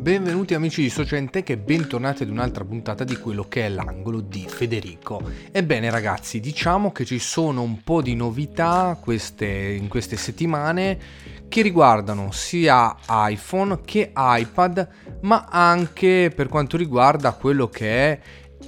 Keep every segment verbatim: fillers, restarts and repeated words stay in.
benvenuti amici di Socialtech e bentornati ad un'altra puntata di quello che è l'angolo di Federico. Ebbene ragazzi, diciamo che ci sono un po' di novità queste, in queste settimane che riguardano sia iPhone che iPad, ma anche per quanto riguarda quello che è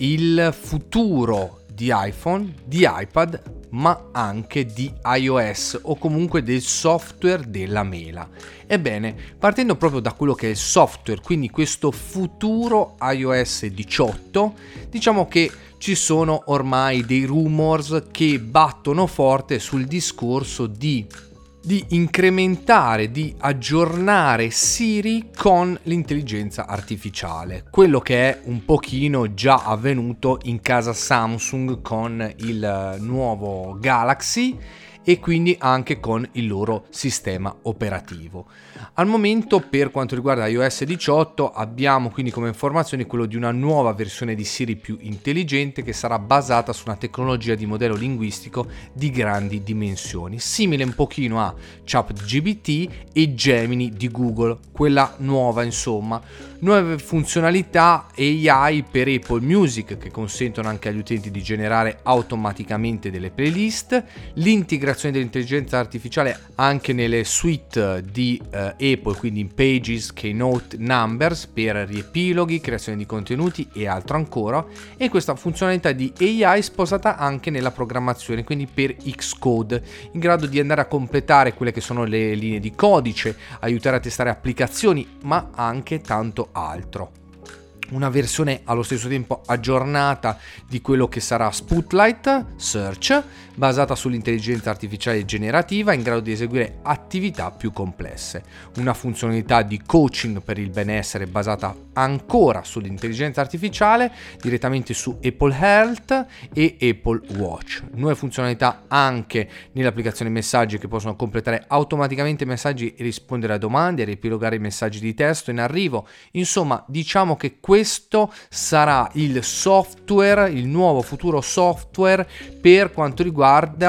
il futuro di iPhone, di iPad, ma anche di iOS o comunque del software della mela. Ebbene, partendo proprio da quello che è il software, quindi questo futuro iOS diciotto, diciamo che ci sono ormai dei rumors che battono forte sul discorso di di incrementare, di aggiornare Siri con l'intelligenza artificiale, quello che è un pochino già avvenuto in casa Samsung con il nuovo Galaxy e quindi anche con il loro sistema operativo. Al momento, per quanto riguarda iOS diciotto, abbiamo quindi come informazione quello di una nuova versione di Siri più intelligente che sarà basata su una tecnologia di modello linguistico di grandi dimensioni, simile un pochino a ChatGPT e Gemini di Google, quella nuova insomma. Nuove funzionalità A I per Apple Music che consentono anche agli utenti di generare automaticamente delle playlist, l'integrazione dell'intelligenza artificiale anche nelle suite di eh, Apple, quindi in Pages, Keynote, Numbers per riepiloghi, creazione di contenuti e altro ancora, e questa funzionalità di A I sposata anche nella programmazione, quindi per Xcode, in grado di andare a completare quelle che sono le linee di codice, aiutare a testare applicazioni, ma anche tanto altro. Una versione allo stesso tempo aggiornata di quello che sarà Spotlight Search, basata sull'intelligenza artificiale generativa in grado di eseguire attività più complesse. Una funzionalità di coaching per il benessere basata ancora sull'intelligenza artificiale direttamente su Apple Health e Apple Watch. Nuove funzionalità anche nell'applicazione messaggi che possono completare automaticamente i messaggi e rispondere a domande e riepilogare i messaggi di testo in arrivo. Insomma, diciamo che questo sarà il software, il nuovo futuro software per quanto riguarda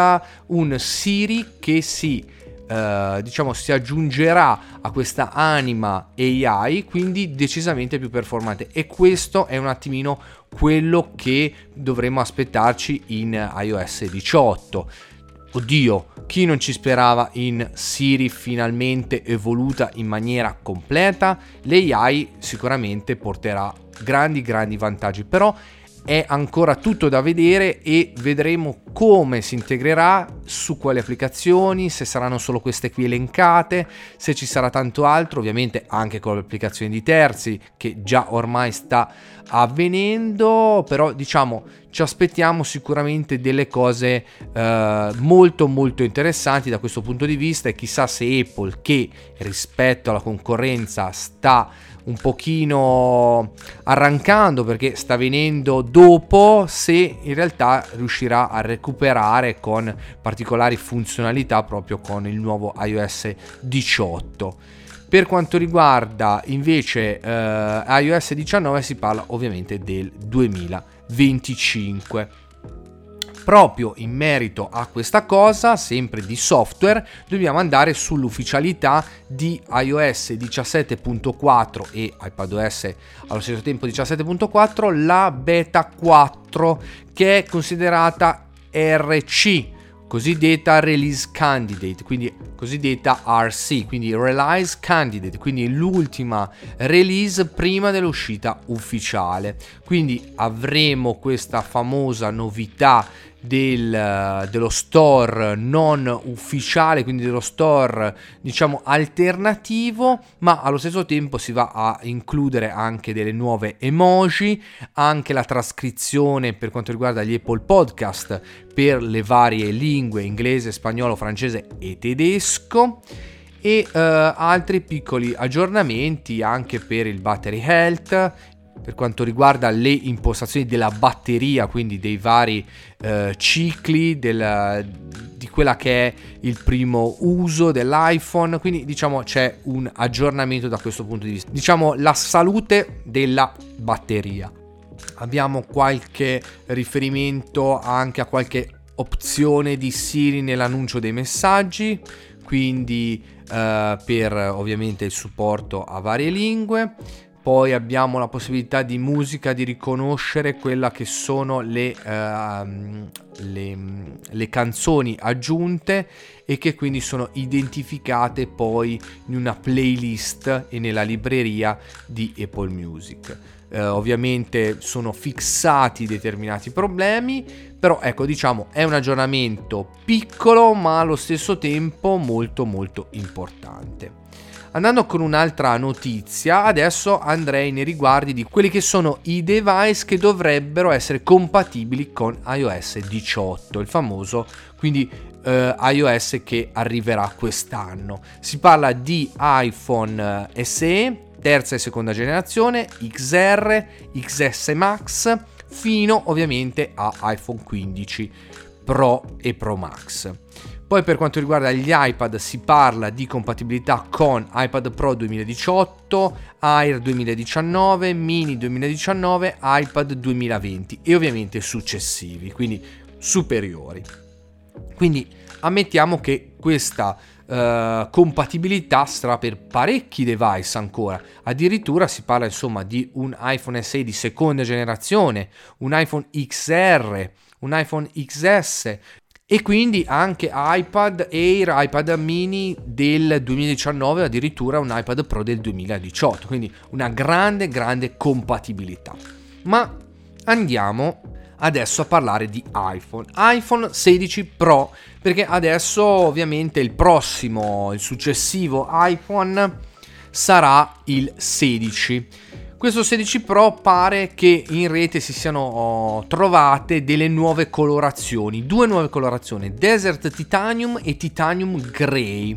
un Siri che si Uh, diciamo si aggiungerà a questa anima A I, quindi decisamente più performante, e questo è un attimino quello che dovremmo aspettarci in iOS diciotto. Oddio, chi non ci sperava in Siri finalmente evoluta in maniera completa? L'A I sicuramente porterà grandi grandi vantaggi, però è ancora tutto da vedere e vedremo come si integrerà, su quali applicazioni, se saranno solo queste qui elencate, se ci sarà tanto altro, ovviamente anche con le applicazioni di terzi che già ormai sta avvenendo, però diciamo ci aspettiamo sicuramente delle cose eh, molto molto interessanti da questo punto di vista, e chissà se Apple, che rispetto alla concorrenza sta un pochino arrancando perché sta venendo dopo, se in realtà riuscirà a recuperare con particolari funzionalità proprio con il nuovo iOS diciotto. Per quanto riguarda invece eh, iOS diciannove si parla ovviamente del duemilaventicinque. Proprio in merito a questa cosa, sempre di software, dobbiamo andare sull'ufficialità di iOS diciassette punto quattro e iPadOS allo stesso tempo diciassette punto quattro, la beta quattro, che è considerata R C, cosiddetta Release Candidate, quindi cosiddetta R C, quindi Release Candidate, quindi l'ultima release prima dell'uscita ufficiale. Quindi avremo questa famosa novità del, dello store non ufficiale, quindi dello store diciamo alternativo, ma allo stesso tempo si va a includere anche delle nuove emoji, anche la trascrizione per quanto riguarda gli Apple Podcast per le varie lingue inglese, spagnolo, francese e tedesco, e uh, altri piccoli aggiornamenti anche per il battery health, per quanto riguarda le impostazioni della batteria, quindi dei vari uh, cicli del, di quella che è il primo uso dell'iPhone, quindi diciamo c'è un aggiornamento da questo punto di vista, diciamo la salute della batteria. Abbiamo qualche riferimento anche a qualche opzione di Siri nell'annuncio dei messaggi, quindi uh, per ovviamente il supporto a varie lingue. poi abbiamo la possibilità di musica, di riconoscere quella che sono le, uh, le, le canzoni aggiunte e che quindi sono identificate poi in una playlist e nella libreria di Apple Music. Uh, ovviamente sono fissati determinati problemi, però ecco, diciamo, è un aggiornamento piccolo ma allo stesso tempo molto molto importante. Andando con un'altra notizia, adesso andrei nei riguardi di quelli che sono i device che dovrebbero essere compatibili con iOS diciotto, il famoso quindi eh, iOS che arriverà quest'anno. Si parla di iPhone S E, terza e seconda generazione, X R, X S Max, fino ovviamente a iPhone quindici Pro e Pro Max. Poi per quanto riguarda gli iPad si parla di compatibilità con iPad Pro duemiladiciotto, Air duemiladiciannove, Mini duemiladiciannove, iPad duemilaventi e ovviamente successivi, quindi superiori. Quindi ammettiamo che questa uh, compatibilità sarà per parecchi device ancora. Addirittura si parla insomma di un iPhone S E di seconda generazione, un iPhone X R, un iPhone X S, e quindi anche iPad Air, iPad mini del duemiladiciannove, addirittura un iPad Pro del duemiladiciotto, quindi una grande grande compatibilità. Ma andiamo adesso a parlare di iPhone, iPhone sedici Pro, perché adesso ovviamente il prossimo, il successivo iPhone sarà il sedici. Questo sedici Pro pare che in rete si siano oh, trovate delle nuove colorazioni, due nuove colorazioni, Desert Titanium e Titanium Grey.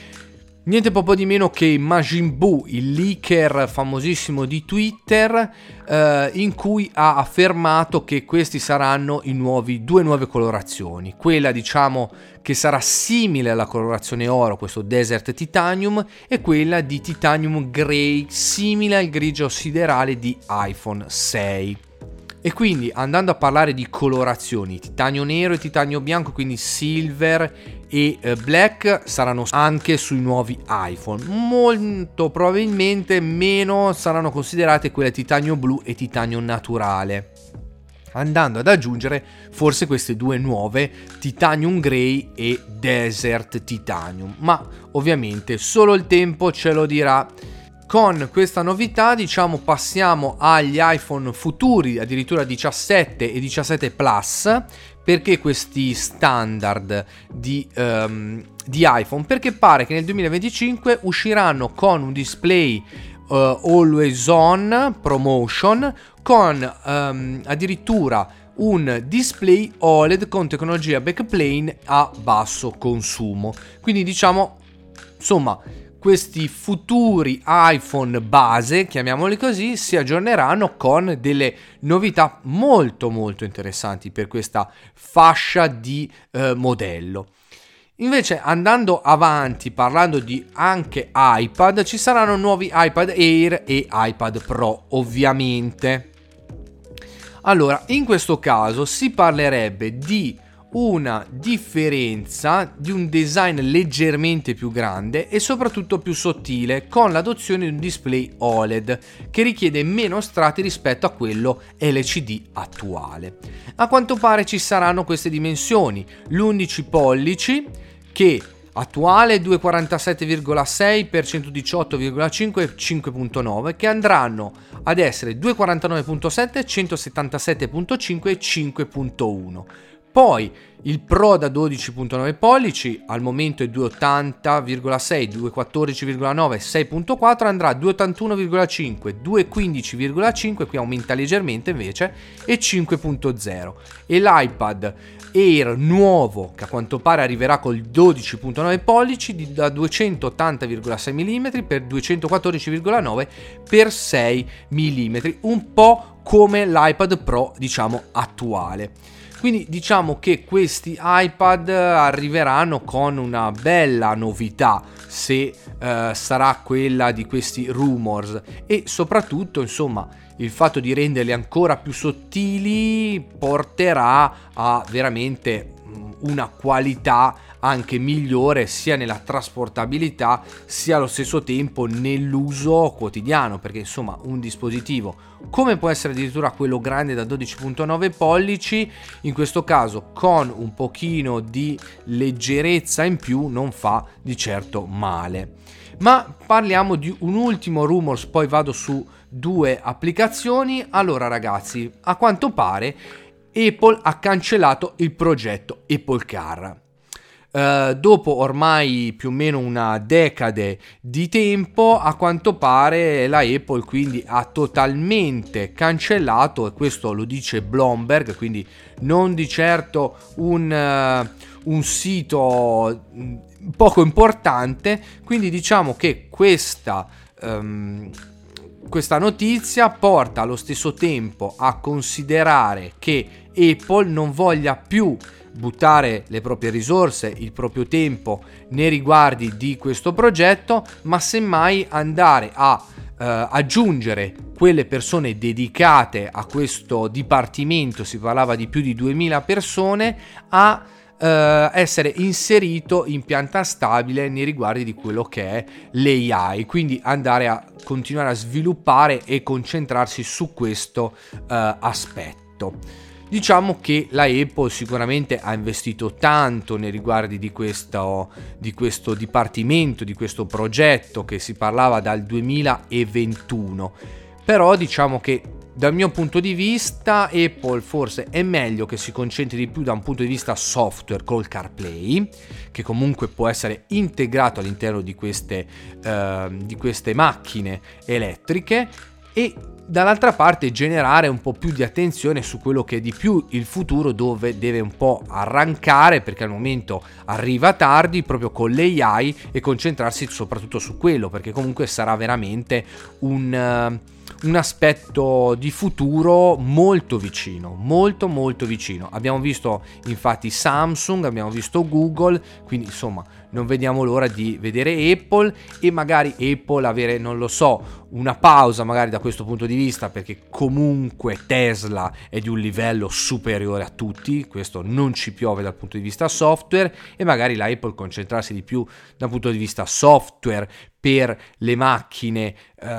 Niente poco di meno che Majin Buu, il leaker famosissimo di Twitter, eh, in cui ha affermato che questi saranno i nuovi due nuove colorazioni. Quella diciamo che sarà simile alla colorazione oro, questo Desert Titanium, e quella di Titanium Grey, simile al grigio siderale di iPhone sei. E quindi andando a parlare di colorazioni, titanio nero e titanio bianco, quindi silver e eh, black, saranno anche sui nuovi iPhone. Molto probabilmente meno saranno considerate quelle titanio blu e titanio naturale, andando ad aggiungere forse queste due nuove, Titanium Grey e Desert Titanium, ma ovviamente solo il tempo ce lo dirà. Con questa novità, diciamo, passiamo agli iPhone futuri, addirittura diciassette e diciassette Plus. Perché questi standard di, um, di iPhone? Perché pare che nel duemilaventicinque usciranno con un display uh, Always On ProMotion, con um, addirittura un display O L E D con tecnologia backplane a basso consumo. Quindi diciamo, insomma, questi futuri iPhone base, chiamiamoli così, si aggiorneranno con delle novità molto molto interessanti per questa fascia di eh, modello. Invece, andando avanti, parlando di anche iPad, ci saranno nuovi iPad Air e iPad Pro, ovviamente. Allora, in questo caso si parlerebbe di una differenza, di un design leggermente più grande e soprattutto più sottile, con l'adozione di un display O L E D che richiede meno strati rispetto a quello L C D attuale. A quanto pare ci saranno queste dimensioni: l'undici pollici, che attuale duecentoquarantasette virgola sei per centodiciotto virgola cinque e cinque virgola nove, che andranno ad essere duecentoquarantanove virgola sette, centosettantasette virgola cinque e cinque virgola uno. Poi il Pro da dodici virgola nove pollici, al momento è duecentottanta virgola sei, duecentoquattordici virgola nove, sei virgola quattro, andrà a duecentottantuno virgola cinque, duecentoquindici virgola cinque, qui aumenta leggermente invece, e cinque virgola zero. E l'iPad Air nuovo, che a quanto pare arriverà col dodici virgola nove pollici, da duecentottanta virgola sei millimetri per duecentoquattordici virgola nove per sei millimetri, un po' come l'iPad Pro, diciamo, attuale. Quindi diciamo che questi iPad arriveranno con una bella novità, se eh, sarà quella di questi rumors, e soprattutto, insomma, il fatto di renderli ancora più sottili porterà a veramente una qualità anche migliore sia nella trasportabilità sia allo stesso tempo nell'uso quotidiano, perché insomma un dispositivo come può essere addirittura quello grande da dodici virgola nove pollici, in questo caso con un pochino di leggerezza in più non fa di certo male. Ma parliamo di un ultimo rumors, poi vado su due applicazioni. Allora ragazzi, a quanto pare Apple ha cancellato il progetto Apple Car. Uh, dopo ormai più o meno una decade di tempo, a quanto pare la Apple quindi ha totalmente cancellato, e questo lo dice Bloomberg, quindi non di certo un, uh, un sito poco importante, quindi diciamo che questa um, questa notizia porta allo stesso tempo a considerare che Apple non voglia più buttare le proprie risorse, il proprio tempo nei riguardi di questo progetto, ma semmai andare a eh, aggiungere quelle persone dedicate a questo dipartimento, si parlava di più di duemila persone, a Uh, essere inserito in pianta stabile nei riguardi di quello che è l'A I, quindi andare a continuare a sviluppare e concentrarsi su questo uh, aspetto. Diciamo che la Apple sicuramente ha investito tanto nei riguardi di questo, di questo dipartimento, di questo progetto che si parlava dal duemilaventuno, però diciamo che dal mio punto di vista Apple forse è meglio che si concentri di più da un punto di vista software col CarPlay, che comunque può essere integrato all'interno di queste, uh, di queste macchine elettriche, e dall'altra parte generare un po' più di attenzione su quello che è di più il futuro, dove deve un po' arrancare, perché al momento arriva tardi proprio con l'A I, e concentrarsi soprattutto su quello, perché comunque sarà veramente un... Uh, un aspetto di futuro molto vicino, molto molto vicino. Abbiamo visto infatti Samsung, abbiamo visto Google, quindi insomma non vediamo l'ora di vedere Apple, e magari Apple avere, non lo so, una pausa magari da questo punto di vista, perché comunque Tesla è di un livello superiore a tutti, questo non ci piove dal punto di vista software, e magari la Apple concentrarsi di più dal punto di vista software per le macchine,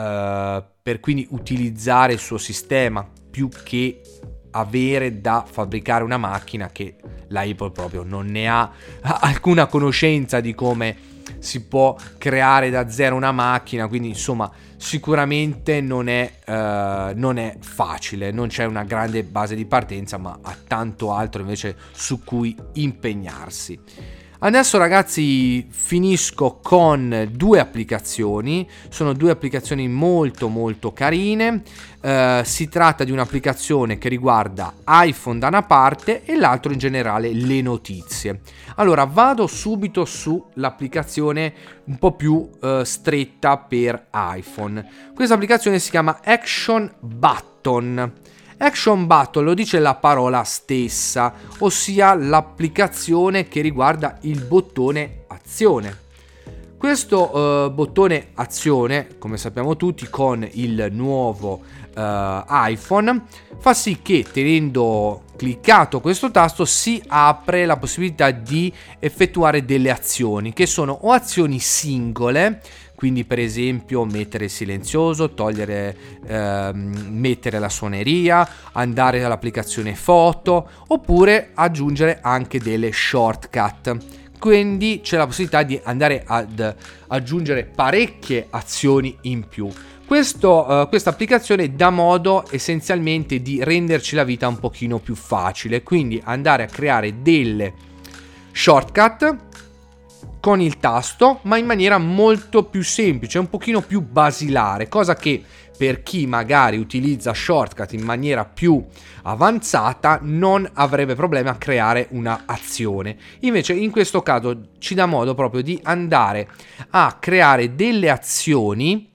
eh, per quindi utilizzare il suo sistema più che avere da fabbricare una macchina, che la Apple proprio non ne ha alcuna conoscenza di come si può creare da zero una macchina, quindi insomma sicuramente non è, uh, non è facile, non c'è una grande base di partenza, ma ha tanto altro invece su cui impegnarsi. Adesso ragazzi finisco con due applicazioni, sono due applicazioni molto molto carine. Uh, si tratta di un'applicazione che riguarda iPhone da una parte e l'altro in generale le notizie. Allora vado subito sull'applicazione un po' più uh, stretta per iPhone. Questa applicazione si chiama Action Button. Action Button lo dice la parola stessa, ossia l'applicazione che riguarda il bottone azione. Questo uh, bottone azione, come sappiamo tutti, con il nuovo uh, iPhone fa sì che, tenendo cliccato questo tasto, si apre la possibilità di effettuare delle azioni che sono o azioni singole, quindi per esempio mettere il silenzioso, togliere, ehm, mettere la suoneria, andare all'applicazione foto, oppure aggiungere anche delle shortcut. Quindi c'è la possibilità di andare ad aggiungere parecchie azioni in più. Questo, uh, questa applicazione dà modo essenzialmente di renderci la vita un pochino più facile, quindi andare a creare delle shortcut con il tasto, ma in maniera molto più semplice, un pochino più basilare, cosa che per chi magari utilizza shortcut in maniera più avanzata non avrebbe problemi a creare una azione. Invece in questo caso ci dà modo proprio di andare a creare delle azioni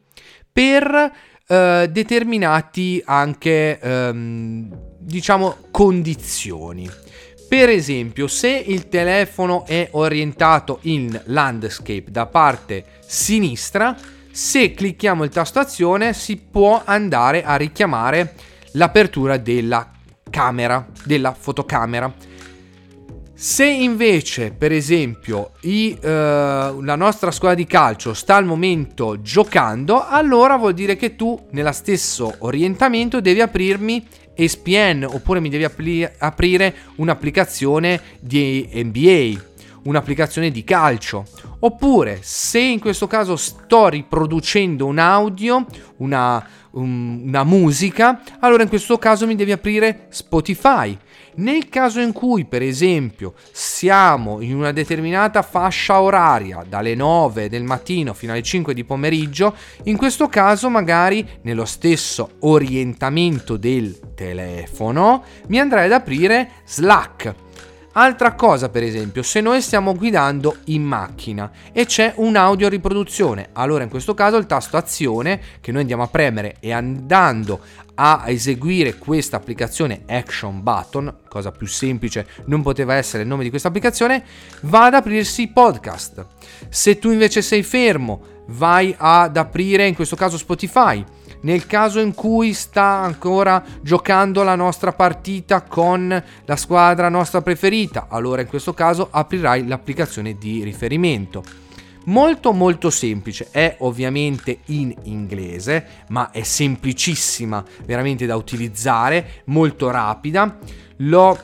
per eh, determinati anche ehm, diciamo condizioni. Per esempio, se il telefono è orientato in landscape da parte sinistra, se clicchiamo il tasto azione si può andare a richiamare l'apertura della camera, della fotocamera. Se invece, per esempio, i, eh, la nostra squadra di calcio sta al momento giocando, allora vuol dire che tu, nello stesso orientamento, devi aprirmi E S P N, oppure mi devi apri- aprire un'applicazione di N B A, un'applicazione di calcio. Oppure, se in questo caso sto riproducendo un audio, una, un, una musica, allora in questo caso mi devi aprire Spotify. Nel caso in cui, per esempio, siamo in una determinata fascia oraria, dalle nove del mattino fino alle cinque di pomeriggio, in questo caso magari nello stesso orientamento del telefono mi andrei ad aprire Slack. Altra cosa, per esempio, se noi stiamo guidando in macchina e c'è un'audio riproduzione, allora in questo caso il tasto azione che noi andiamo a premere e andando a eseguire questa applicazione Action Button, cosa più semplice non poteva essere il nome di questa applicazione, va ad aprirsi podcast. Se tu invece sei fermo, vai ad aprire in questo caso Spotify. Nel caso in cui sta ancora giocando la nostra partita con la squadra nostra preferita, allora in questo caso aprirai l'applicazione di riferimento. Molto molto semplice, è ovviamente in inglese, ma è semplicissima veramente da utilizzare, molto rapida. L'ho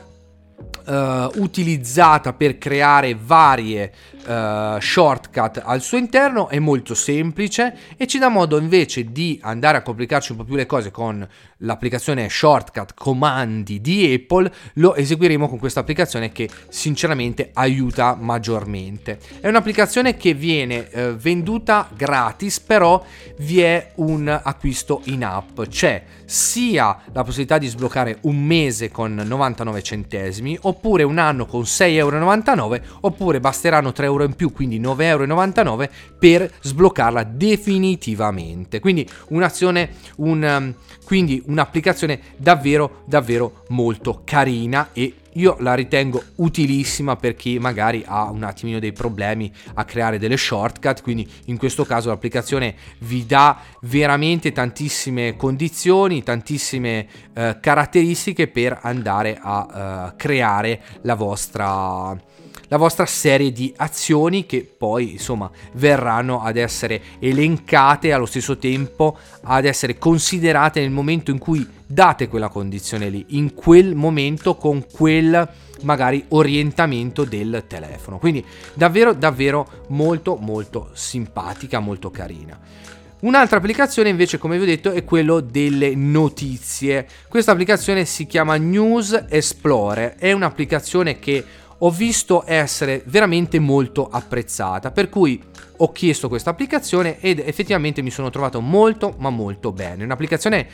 Uh, utilizzata per creare varie uh, shortcut al suo interno, è molto semplice e ci dà modo invece di andare a complicarci un po' più le cose con l'applicazione shortcut comandi di Apple. Lo eseguiremo con questa applicazione che sinceramente aiuta maggiormente. È un'applicazione che viene uh, venduta gratis, però vi è un acquisto in app. C'è sia la possibilità di sbloccare un mese con novantanove centesimi, oppure un anno con sei virgola novantanove euro, oppure basteranno tre euro in più, quindi nove virgola novantanove euro per sbloccarla definitivamente. Quindi un'azione, un, um, quindi un'applicazione davvero davvero molto carina e io la ritengo utilissima per chi magari ha un attimino dei problemi a creare delle shortcut, quindi in questo caso l'applicazione vi dà veramente tantissime condizioni, tantissime eh, caratteristiche per andare a eh, creare la vostra la vostra serie di azioni che poi insomma verranno ad essere elencate, allo stesso tempo ad essere considerate nel momento in cui date quella condizione lì, in quel momento, con quel magari orientamento del telefono. Quindi davvero davvero molto molto simpatica, molto carina. Un'altra applicazione invece, come vi ho detto, è quello delle notizie. Questa applicazione si chiama News Explorer, è un'applicazione che ho visto essere veramente molto apprezzata, per cui ho chiesto questa applicazione ed effettivamente mi sono trovato molto ma molto bene. Un'applicazione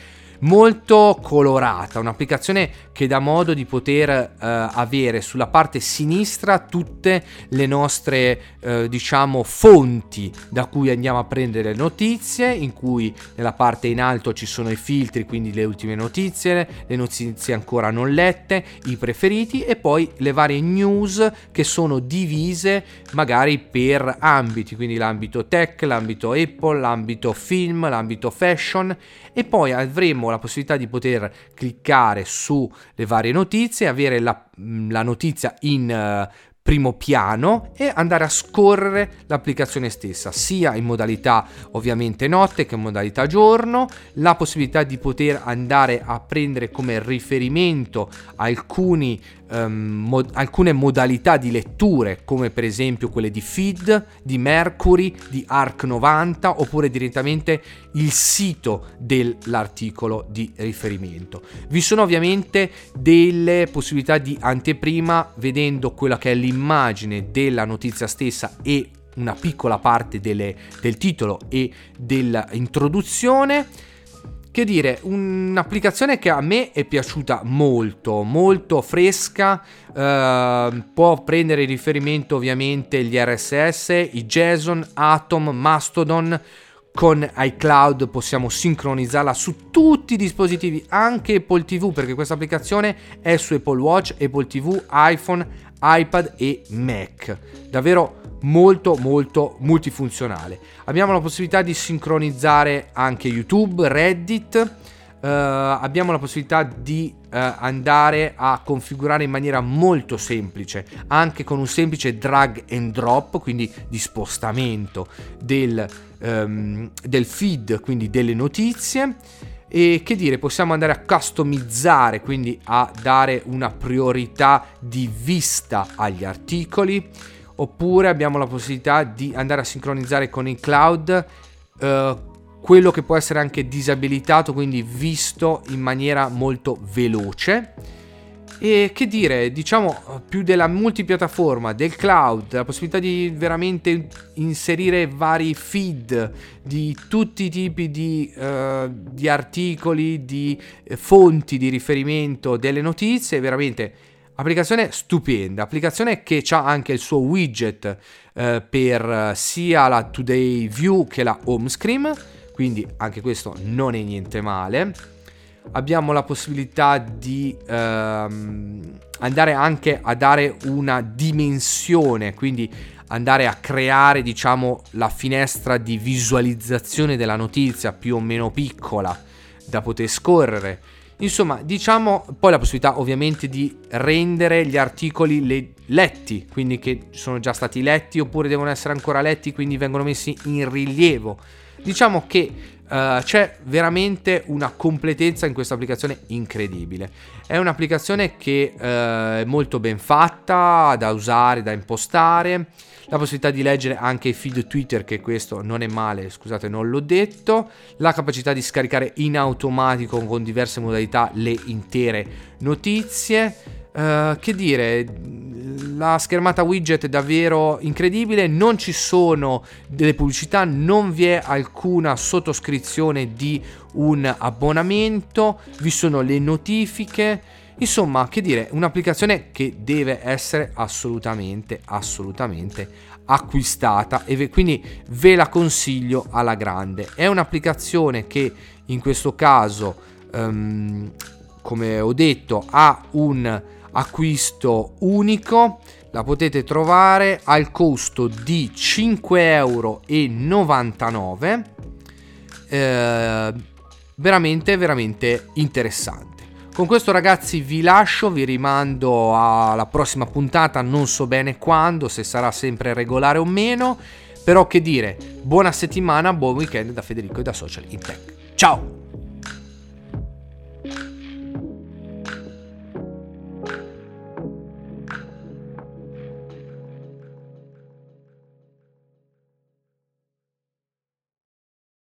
molto colorata, un'applicazione che dà modo di poter eh, avere sulla parte sinistra tutte le nostre eh, diciamo fonti da cui andiamo a prendere le notizie, in cui nella parte in alto ci sono i filtri, quindi le ultime notizie, le notizie ancora non lette, i preferiti e poi le varie news che sono divise magari per ambiti, quindi l'ambito tech, l'ambito Apple, l'ambito film, l'ambito fashion, e poi avremo la possibilità di poter cliccare sulle varie notizie, avere la, la notizia in uh, primo piano e andare a scorrere l'applicazione stessa, sia in modalità ovviamente notte che in modalità giorno, la possibilità di poter andare a prendere come riferimento alcuni um, mod- alcune modalità di letture, come per esempio quelle di Feed, di Mercury, di Arc novanta, oppure direttamente il sito dell'articolo di riferimento. Vi sono ovviamente delle possibilità di anteprima, vedendo quella che è l'immagine della notizia stessa e una piccola parte delle, del titolo e dell'introduzione. Che dire, un'applicazione che a me è piaciuta molto, molto fresca, eh, può prendere in riferimento ovviamente gli R S S, i JSON, Atom, Mastodon. Con iCloud possiamo sincronizzarla su tutti i dispositivi, anche Apple ti vu, perché questa applicazione è su Apple Watch, Apple ti vu, iPhone, iPad e Mac. Davvero molto molto multifunzionale. Abbiamo la possibilità di sincronizzare anche YouTube, Reddit, Uh, abbiamo la possibilità di uh, andare a configurare in maniera molto semplice, anche con un semplice drag and drop, quindi di spostamento del, um, del feed, quindi delle notizie. E che dire, possiamo andare a customizzare, quindi a dare una priorità di vista agli articoli, oppure abbiamo la possibilità di andare a sincronizzare con il cloud uh, quello che può essere anche disabilitato, quindi visto in maniera molto veloce. E che dire, diciamo più della multipiattaforma, del cloud, la possibilità di veramente inserire vari feed di tutti i tipi di, uh, di articoli, di eh, fonti di riferimento delle notizie, veramente applicazione stupenda, applicazione che ha anche il suo widget uh, per sia la Today View che la home screen, quindi anche questo non è niente male. Abbiamo la possibilità di ehm, andare anche a dare una dimensione, quindi andare a creare, diciamo, la finestra di visualizzazione della notizia più o meno piccola da poter scorrere. Insomma, diciamo, poi la possibilità ovviamente di rendere gli articoli le- letti, quindi che sono già stati letti oppure devono essere ancora letti, quindi vengono messi in rilievo. Diciamo che uh, c'è veramente una completezza in questa applicazione incredibile. È un'applicazione che uh, è molto ben fatta da usare, da impostare. La possibilità di leggere anche i feed Twitter, che questo non è male, scusate, non l'ho detto. La capacità di scaricare in automatico con diverse modalità le intere notizie. Uh, che dire, la schermata widget è davvero incredibile, non ci sono delle pubblicità, non vi è alcuna sottoscrizione di un abbonamento, vi sono le notifiche. Insomma, che dire, un'applicazione che deve essere assolutamente, assolutamente acquistata, e ve, quindi ve la consiglio alla grande. È un'applicazione che in questo caso, um, come ho detto, ha un acquisto unico. La potete trovare al costo di cinque euro e novantanove. Eh, veramente, veramente interessante. Con questo, ragazzi, vi lascio, vi rimando alla prossima puntata, non so bene quando, se sarà sempre regolare o meno, però che dire, buona settimana, buon weekend da Federico e da Social in Tech. Ciao!